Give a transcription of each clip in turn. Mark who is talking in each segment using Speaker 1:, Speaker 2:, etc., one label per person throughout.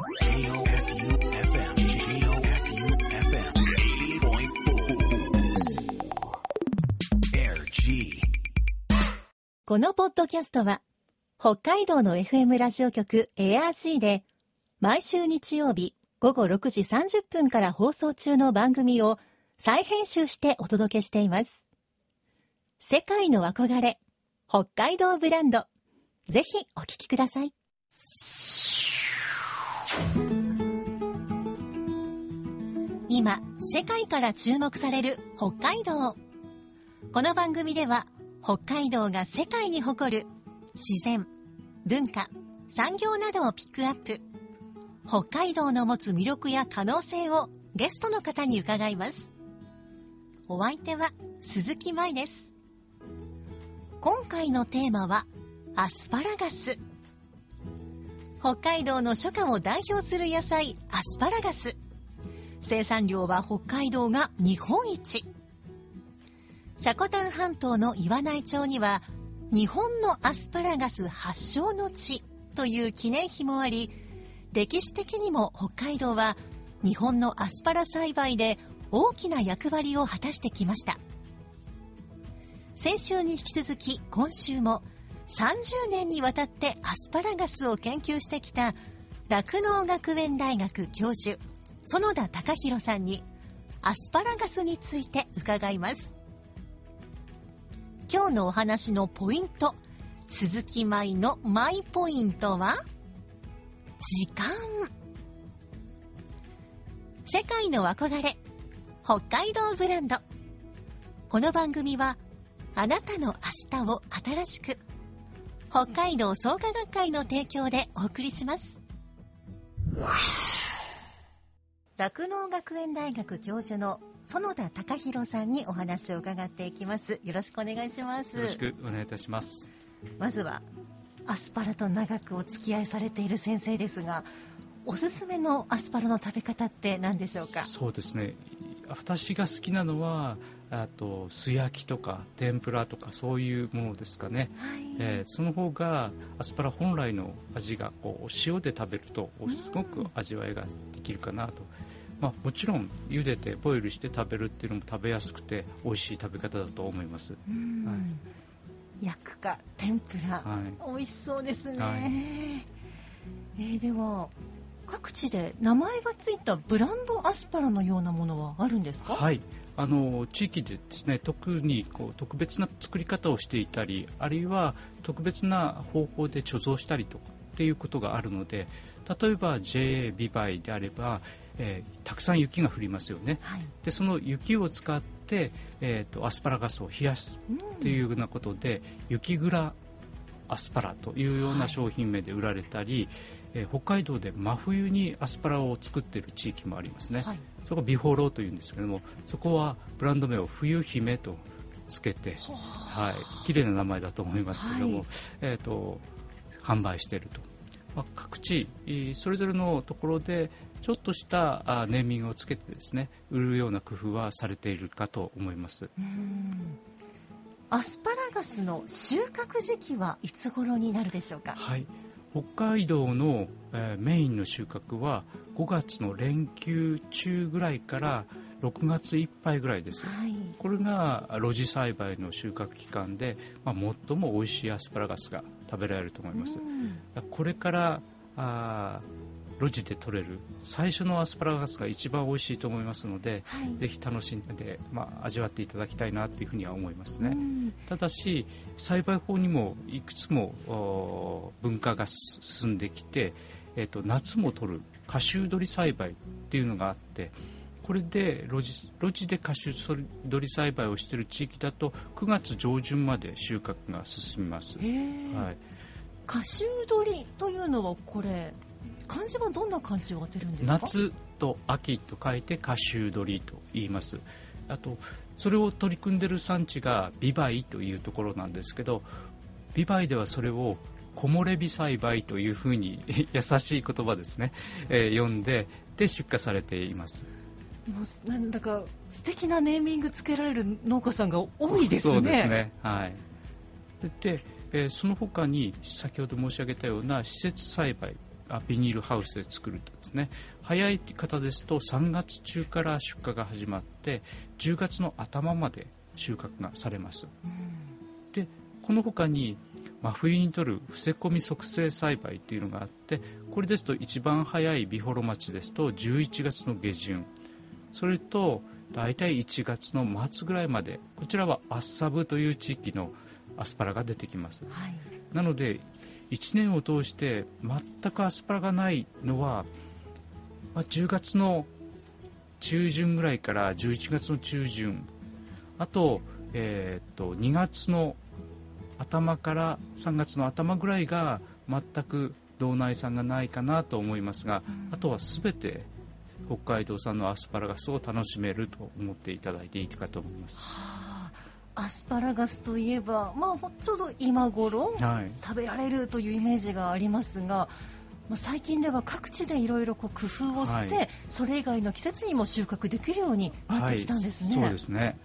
Speaker 1: J-O-F-U-F-M 80.4 Air G。
Speaker 2: このポッドキャストは北海道の FM ラジオ局 ARC で毎週日曜日午後6時30分から放送中の番組を再編集してお届けしています。世界の憧れ北海道ブランド、ぜひお聞きください。今世界から注目される北海道。この番組では北海道が世界に誇る自然、文化、産業などをピックアップ。北海道の持つ魅力や可能性をゲストの方に伺います。お相手は鈴木舞です。今回のテーマはアスパラガス。北海道の初夏を代表する野菜アスパラガス。生産量は北海道が日本一。積丹半島の岩内町には日本のアスパラガス発祥の地という記念碑もあり、歴史的にも北海道は日本のアスパラ栽培で大きな役割を果たしてきました。先週に引き続き今週も30年にわたってアスパラガスを研究してきた酪農学園大学教授園田貴弘さんにアスパラガスについて伺います。今日のお話のポイント、鈴木舞のマイポイントは時間。世界の憧れ北海道ブランド。この番組はあなたの明日を新しく、北海道創価学会の提供でお送りします。酪農学園大学教授の園田貴弘さんにお話を伺っていきます。よろしくお願いします。
Speaker 3: よろしくお願いいたします。
Speaker 2: まずはアスパラと長くお付き合いされている先生ですが、おすすめのアスパラの食べ方って何でしょうか？
Speaker 3: そうですね、私が好きなのは素焼きとか天ぷらとかそういうものですかね、はい。その方がアスパラ本来の味が塩で食べるとすごく味わいができるかなと。もちろん茹でてボイルして食べるっていうのも食べやすくて美味しい食べ方だと思います。はい、
Speaker 2: 焼くか天ぷら、はい、美味しそうですね。はい。では各地で名前がついたブランドアスパラのようなものはあるんですか？
Speaker 3: はい、地域でですね、特に特別な作り方をしていたり、あるいは特別な方法で貯蔵したりとかっていうことがあるので、例えば JA ビバイであれば、たくさん雪が降りますよね。はい、でその雪を使って、アスパラガスを冷やすっていうようなことで、雪蔵アスパラというような商品名で売られたり、北海道で真冬にアスパラを作っている地域もありますね。はい、そこはビフォローというんですけども、そこはブランド名を冬姫とつけて、はい、綺麗な名前だと思いますけども、はい、販売していると。各地それぞれのところでちょっとしたネーミングをつけてですね、売るような工夫はされているかと思います。
Speaker 2: アスパラガスの収穫時期はいつ頃になるでしょうか？
Speaker 3: はい、北海道の、メインの収穫は5月の連休中ぐらいから6月いっぱいぐらいです。はい、これが露地栽培の収穫期間で、最も美味しいアスパラガスが食べられると思います。これから露地で採れる最初のアスパラガスが一番美味しいと思いますので、はい、ぜひ楽しんで、味わっていただきたいなというふうには思いますね。ただし栽培法にもいくつも文化が進んできて、夏も採る夏秋取り栽培っていうのがあって、これで露地で夏秋取り栽培をしている地域だと9月上旬まで収穫が進みます。はい、
Speaker 2: 夏秋取りというのはこれ漢字はどんな漢字を当てるんですか？
Speaker 3: 夏と秋と書いて夏秋取りと言います。あとそれを取り組んでいる産地がビバイというところなんですけど、ビバイではそれを木漏れ日栽培というふうに優しい言葉ですね、呼んで出荷されています。
Speaker 2: もうなんだか素敵なネーミングつけられる農家さんが多いですね。
Speaker 3: そうですね、はい。で、その他に先ほど申し上げたような施設栽培ビニールハウスで作るとですね、早い方ですと3月中から出荷が始まって10月の頭まで収穫がされます。でこの他に真冬に取る伏せ込み促成栽培というのがあって、これですと一番早い美幌町ですと11月の下旬、それと大体1月の末ぐらいまで、こちらはアッサブという地域のアスパラが出てきます。なので1年を通して全くアスパラがないのは、10月の中旬ぐらいから11月の中旬、あと、2月の頭から3月の頭ぐらいが全く道内産がないかなと思いますが、あとは全て北海道産のアスパラガスを楽しめると思っていただいていいかと思います。
Speaker 2: アスパラガスといえば、ちょうど今頃、食べられるというイメージがありますが、最近では各地でいろいろ工夫をして、それ以外の季節にも収穫できるようになってきたんですね。
Speaker 3: そうですね。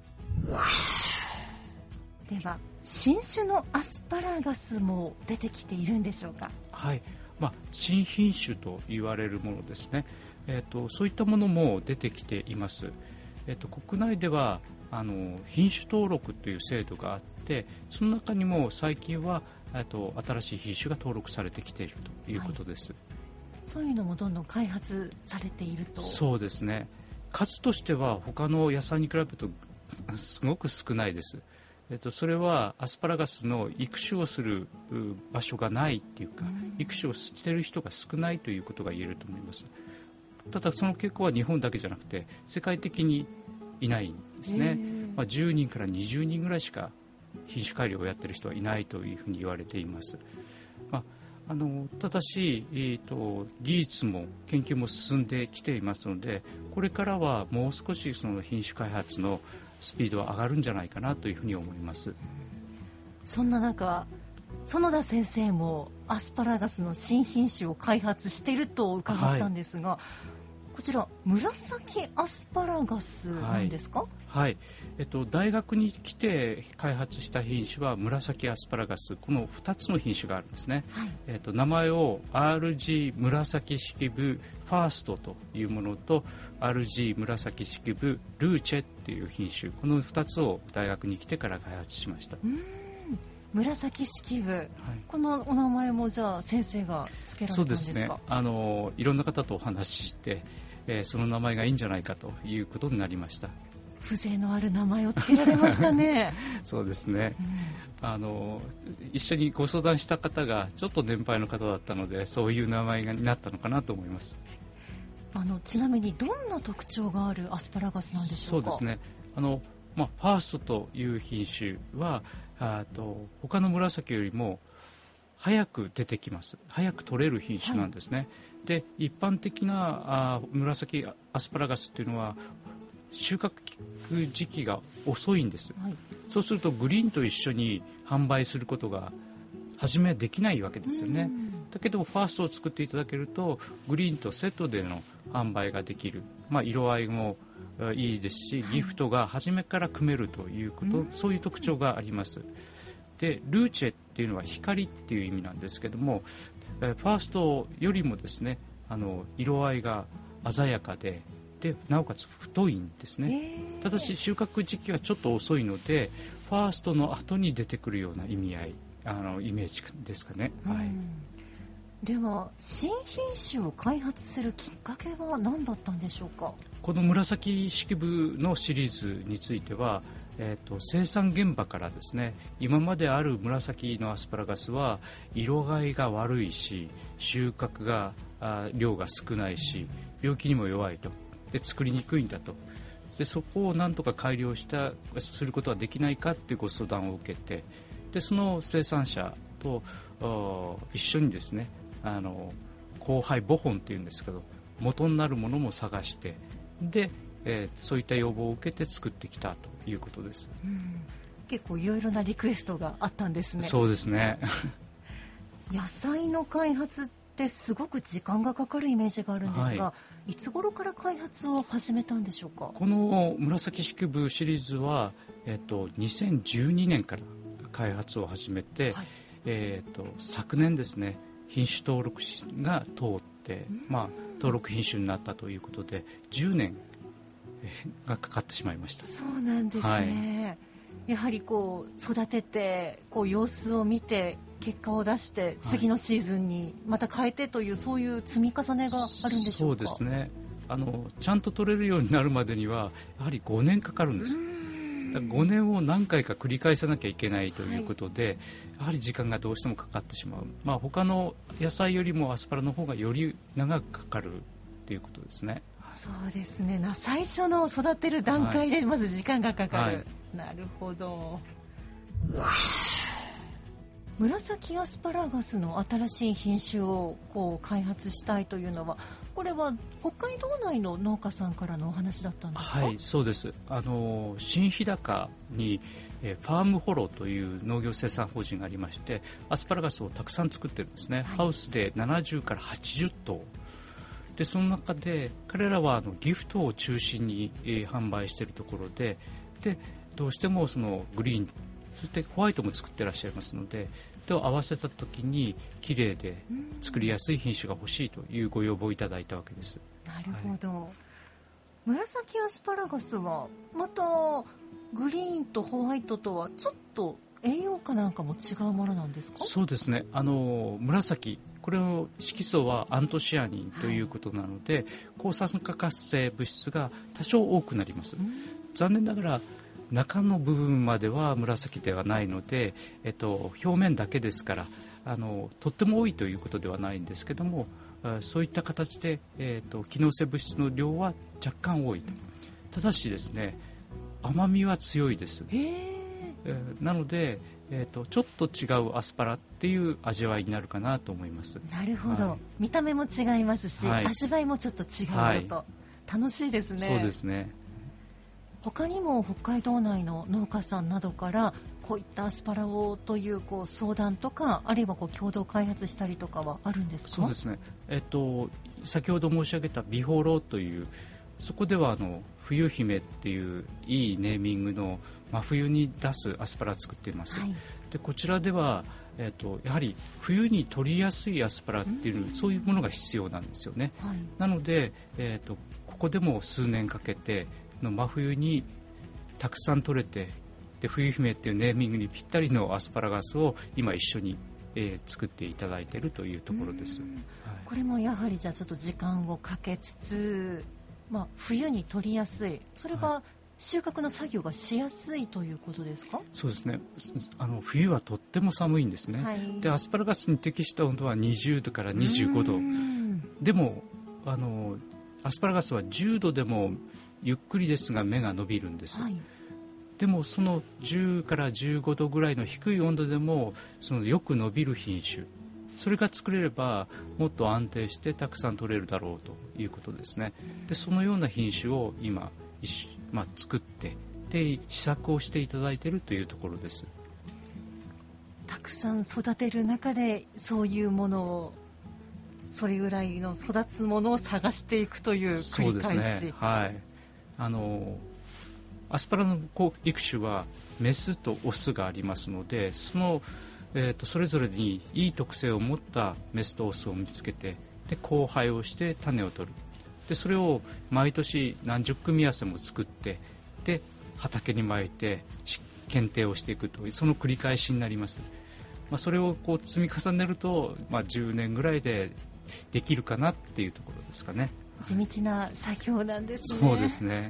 Speaker 2: では新種のアスパラガスも出てきているんでしょうか。
Speaker 3: 新品種と言われるものですね。そういったものも出てきています。国内では品種登録という制度があって、その中にも最近は新しい品種が登録されてきているということです。
Speaker 2: そういうのもどんどん開発されていると。
Speaker 3: そうですね。数としては他の野菜に比べるとすごく少ないです。それはアスパラガスの育種をする場所がないっていうか、育種をしている人が少ないということが言えると思います。ただその傾向は日本だけじゃなくて世界的にいないんですね。10人から20人ぐらいしか品種改良をやっている人はいないというふうに言われています。ただし、技術も研究も進んできていますので、これからはもう少しその品種開発のスピードは上がるんじゃないかなというふうに思います。
Speaker 2: そんな中、園田先生もアスパラガスの新品種を開発していると伺ったんですが、こちら紫アスパラガスなんですか？
Speaker 3: 大学に来て開発した品種は紫アスパラガス、この2つの品種があるんですね。名前を RG 紫式部ファーストというものと RG 紫式部ルーチェっていう品種、この2つを大学に来てから開発しました。
Speaker 2: 紫式部、このお名前もじゃあ先生が付けられたんですか？
Speaker 3: そうですね。いろんな方とお話しして、その名前がいいんじゃないかということになりました。
Speaker 2: 風情のある名前を付けられましたね。
Speaker 3: そうですね。一緒にご相談した方がちょっと年配の方だったので、そういう名前になったのかなと思います。
Speaker 2: ちなみにどんな特徴があるアスパラガスなんでしょうか？
Speaker 3: そうですね。ファーストという品種は他の紫よりも早く出てきます。早く取れる品種なんですね。で、一般的な紫アスパラガスっていうのは収穫時期が遅いんです。そうするとグリーンと一緒に販売することが初めできないわけですよね。だけどファーストを作っていただけるとグリーンとセットでの販売ができる、色合いもいいですし、ギフトが初めから組めるということ、そういう特徴があります。で、ルーチェっていうのは光っていう意味なんですけども、ファーストよりもですね、色合いが鮮やかで、なおかつ太いんですね。ただし収穫時期はちょっと遅いので、ファーストの後に出てくるような意味合い、イメージですかね。
Speaker 2: では新品種を開発するきっかけは何だったんでしょうか？
Speaker 3: この紫式部のシリーズについては、生産現場からですね、今まである紫のアスパラガスは色合いが悪いし、収穫が量が少ないし、病気にも弱いと、で作りにくいんだと、でそこをなんとか改良することはできないかっていうご相談を受けて、でその生産者と一緒にですね、交配母本っていうんですけど、元になるものも探して、で、そういった要望を受けて作ってきたということです。
Speaker 2: 結構いろいろなリクエストがあったんですね。
Speaker 3: そうですね。
Speaker 2: 野菜の開発ってすごく時間がかかるイメージがあるんですが、いつ頃から開発を始めたんでしょうか？
Speaker 3: この紫式部シリーズは、2012年から開発を始めて、昨年ですね、 品種登録が通って、登録品種になったということで10年がかかってしまいました。
Speaker 2: そうなんですね、やはり育てて様子を見て結果を出して次のシーズンにまた変えてという、そういう積み重ねがあるんでしょうか。
Speaker 3: そうですね、ちゃんと取れるようになるまでにはやはり5年かかるんです。だから5年を何回か繰り返さなきゃいけないということで、やはり時間がどうしてもかかってしまう、他の野菜よりもアスパラの方がより長くかかるということですね。
Speaker 2: そうですね、最初の育てる段階でまず時間がかかる、なるほど。紫アスパラガスの新しい品種を開発したいというのは、これは北海道内の農家さんからのお話だったんですか。
Speaker 3: はい、そうです。新日高にファームホローという農業生産法人がありまして、アスパラガスをたくさん作ってるんですね、ハウスで70から80頭で、その中で彼らはギフトを中心に販売しているところで、どうしてもそのグリーン、そしてホワイトも作ってらっしゃいますので、合わせた時に綺麗で作りやすい品種が欲しいというご要望をいただいたわけです。
Speaker 2: なるほど、紫アスパラガスはまたグリーンとホワイトとはちょっと栄養価なんかも違うものなんですか。
Speaker 3: そうですね、紫、これの色素はアントシアニンということなので、抗酸化活性物質が多少多くなります。残念ながら中の部分までは紫ではないので、表面だけですからとっても多いということではないんですけども、そういった形で、機能性物質の量は若干多い。ただしですね、甘みは強いです。なので、ちょっと違うアスパラっていう味わいになるかなと思います。
Speaker 2: なるほど、見た目も違いますし、味わいもちょっと違うのと、楽しいですね。
Speaker 3: そうですね。
Speaker 2: 他にも北海道内の農家さんなどからこういったアスパラをという相談とか、あるいは共同開発したりとかはあるんですか。
Speaker 3: そうですね、先ほど申し上げたビホロという、そこでは冬姫っていういいネーミングの真冬に出すアスパラを作っています、でこちらでは、やはり冬に取りやすいアスパラっていう、そういうものが必要なんですよね、なので、ここでも数年かけて真冬にたくさん取れて、で冬姫っていうネーミングにぴったりのアスパラガスを今一緒に、作っていただいているというところです、
Speaker 2: これもやはりじゃあちょっと時間をかけつつ、冬に取りやすい、それが収穫の作業がしやすいということですか。
Speaker 3: そうですね、冬はとっても寒いんですね、でアスパラガスに適した温度は20度から25度でもアスパラガスは10度でもゆっくりですが芽が伸びるんです、でもその10から15度ぐらいの低い温度でもよく伸びる品種、それが作れればもっと安定してたくさん取れるだろうということですね。でそのような品種を今、作ってで試作をしていただいているというところです。
Speaker 2: たくさん育てる中でそういうものを、それぐらいの育つものを探していくという繰り返し。そうですね、
Speaker 3: アスパラの育種はメスとオスがありますので、それぞれにいい特性を持ったメスとオスを見つけて、で交配をして種を取る、でそれを毎年何十組み合わせも作って、で畑にまいて検定をしていくという、その繰り返しになります。それを積み重ねると、10年ぐらいでできるかなっていうところですかね。
Speaker 2: 地道な作業なんですね。
Speaker 3: そうですね。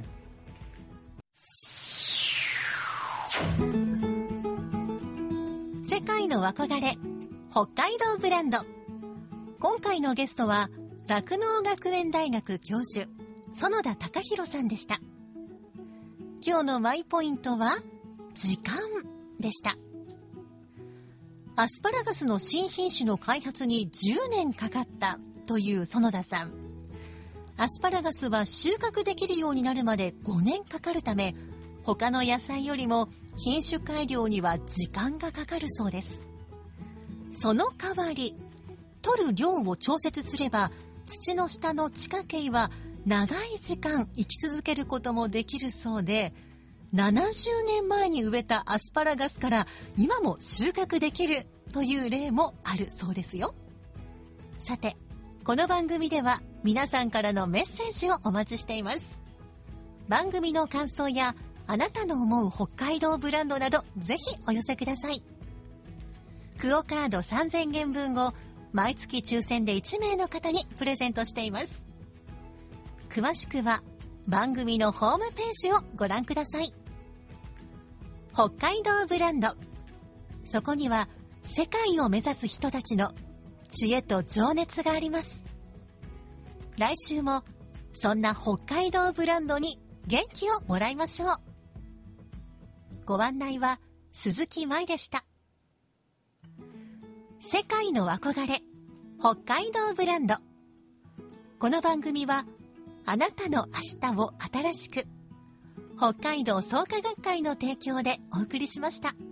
Speaker 2: 世界の憧れ、北海道ブランド。今回のゲストは酪農学園大学教授園田貴弘さんでした。今日のマイポイントは時間でした。アスパラガスの新品種の開発に10年かかったという園田さん。アスパラガスは収穫できるようになるまで5年かかるため、他の野菜よりも品種改良には時間がかかるそうです。その代わり、取る量を調節すれば土の下の地下茎は長い時間生き続けることもできるそうで、70年前に植えたアスパラガスから今も収穫できるという例もあるそうですよ。 さて、この番組では皆さんからのメッセージをお待ちしています。番組の感想やあなたの思う北海道ブランドなどぜひお寄せください。クオカード3000元分を毎月抽選で1名の方にプレゼントしています。詳しくは番組のホームページをご覧ください。北海道ブランド、そこには世界を目指す人たちの知恵と情熱があります。来週もそんな北海道ブランドに元気をもらいましょう。ご案内は鈴木舞でした。世界の憧れ、北海道ブランド。この番組はあなたの明日を新しく、北海道創価学会の提供でお送りしました。